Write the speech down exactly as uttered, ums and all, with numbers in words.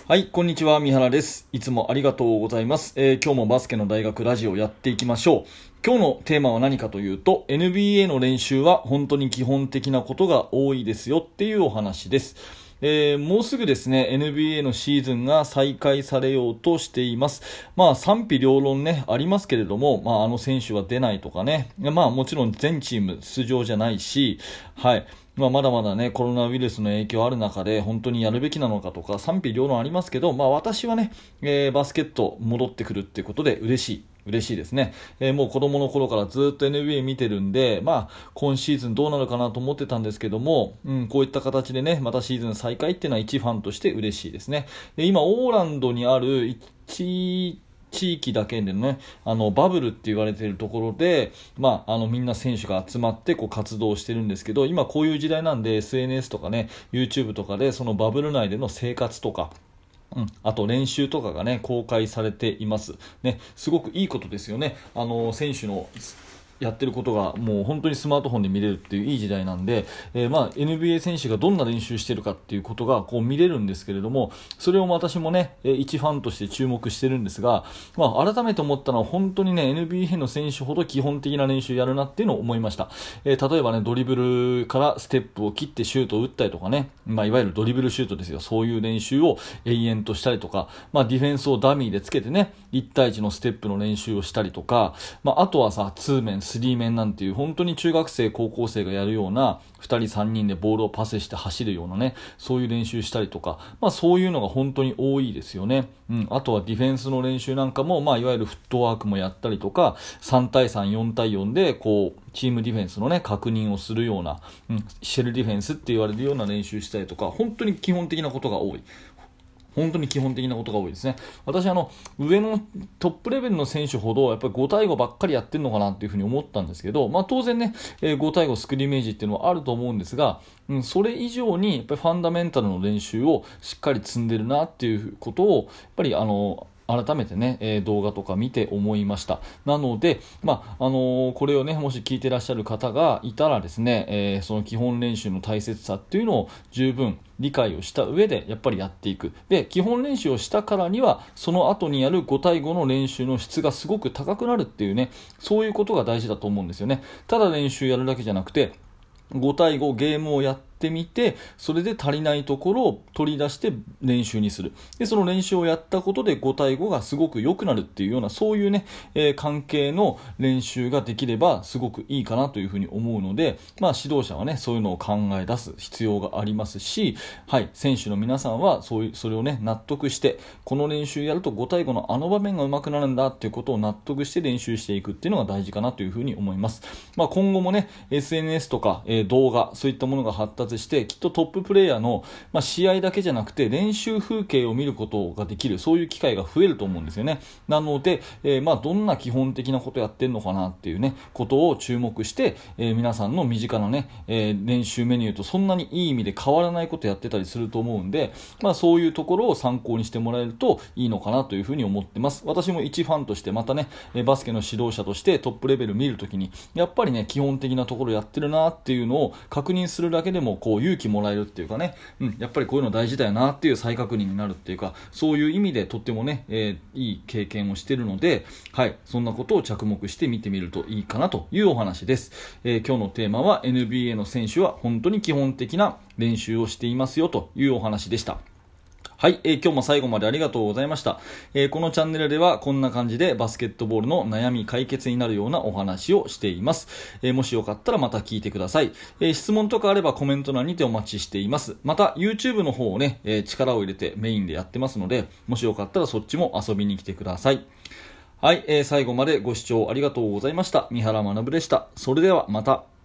はい、こんにちは、三原です。いつもありがとうございます。えー今日もバスケの大学ラジオやっていきましょう。今日のテーマは何かというと、エヌビーエー の練習は本当に基本的なことが多いですよっていうお話です。えーもうすぐですね、エヌビーエー のシーズンが再開されようとしています。まあ賛否両論ね、ありますけれども、まああの選手は出ないとかね、まあもちろん全チーム出場じゃないし、はい。まあ、まだまだね、コロナウイルスの影響ある中で、本当にやるべきなのかとか、賛否両論ありますけど、まあ私はね、えーバスケット戻ってくるっていうことで嬉しい。嬉しいですね、えーもう子供の頃からずっと エヌビーエー 見てるんで、まあ、今シーズンどうなるかなと思ってたんですけども、うん、こういった形でね、またシーズン再開っていうのは一ファンとして嬉しいですね。で今、オーランドにある一地域だけでね、あのバブルって言われているところで、まあ、あのみんな選手が集まってこう活動してるんですけど、今こういう時代なんで エスエヌエス とかね YouTube とかでそのバブル内での生活とか、うん、あと練習とかがね公開されていますね。すごくいいことですよね。あの選手のやってることがもう本当にスマートフォンで見れるっていういい時代なんで、えー、まあ エヌビーエー 選手がどんな練習してるかっていうことがこう見れるんですけれども、それを私もね一ファンとして注目してるんですが、まあ、改めて思ったのは本当にね エヌビーエー の選手ほど基本的な練習やるなっていうのを思いました。えー、例えばねドリブルからステップを切ってシュートを打ったりとかね、まあ、いわゆるドリブルシュートですよ。そういう練習を永遠としたりとか、まあ、ディフェンスをダミーでつけてねいち対いちのステップの練習をしたりとか、まあ、あとはさツーメンスリーメンなんていう本当に中学生高校生がやるようなふたりさんにんでボールをパスして走るようなね、そういう練習したりとか、まあ、そういうのが本当に多いですよね。うん、あとはディフェンスの練習なんかも、まあ、いわゆるフットワークもやったりとか、さん対さん、よん対よんでこうチームディフェンスのね確認をするような、うん、シェルディフェンスって言われるような練習したりとか、本当に基本的なことが多い。本当に基本的なことが多いですね。私あの上のトップレベルの選手ほどやっぱりご対ごばっかりやってるのかなっていうふうに思ったんですけど、まあ、当然ね、えー、ご対ごスクリメージっていうのはあると思うんですが、うん、それ以上にやっぱりファンダメンタルの練習をしっかり積んでるなっていうことをやっぱりあの改めてね、えー、動画とか見て思いました。なので、まああのー、これをねもし聞いてらっしゃる方がいたらですね、えー、その基本練習の大切さっていうのを十分理解をした上でやっぱりやっていく。で基本練習をしたからにはその後にやるご対ごの練習の質がすごく高くなるっていうね、そういうことが大事だと思うんですよね。ただ練習やるだけじゃなくてご対ごゲームをやってみて、それで足りないところを取り出して練習にする。でその練習をやったことでご対ごがすごく良くなるっていうような、そういうね、えー、関係の練習ができればすごくいいかなというふうに思うので、まあ指導者はねそういうのを考え出す必要がありますし、はい、選手の皆さんはそういうそれをね納得して、この練習やるとご対ごのあの場面が上手くなるんだっていうことを納得して練習していくっていうのが大事かなというふうに思います。まあ、今後もね エスエヌエス とか、えー、動画そういったものが発達して、きっとトッププレイヤーの、まあ、試合だけじゃなくて練習風景を見ることができる、そういう機会が増えると思うんですよね。なので、えーまあ、どんな基本的なことやってるのかなっていうねことを注目して、えー、皆さんの身近なね、えー、練習メニューとそんなにいい意味で変わらないことやってたりすると思うんで、まあ、そういうところを参考にしてもらえるといいのかなというふうに思ってます。私も一ファンとしてまたねバスケの指導者としてトップレベル見るときにやっぱりね基本的なところやってるなっていうのを確認するだけでもこう勇気もらえるっていうかね、うん、やっぱりこういうの大事だよなっていう再確認になるっていうか、そういう意味でとってもね、えー、いい経験をしているので、はい、そんなことを着目して見てみるといいかなというお話です。えー、今日のテーマは エヌビーエー の選手は本当に基本的な練習をしていますよというお話でした。はい、えー、今日も最後までありがとうございました。えー、このチャンネルではこんな感じでバスケットボールの悩み解決になるようなお話をしています。えー、もしよかったらまた聞いてください。えー、質問とかあればコメント欄にてお待ちしています。また YouTube の方をね、えー、力を入れてメインでやってますので、もしよかったらそっちも遊びに来てください。はい、えー、最後までご視聴ありがとうございました。三原学でした。それではまた。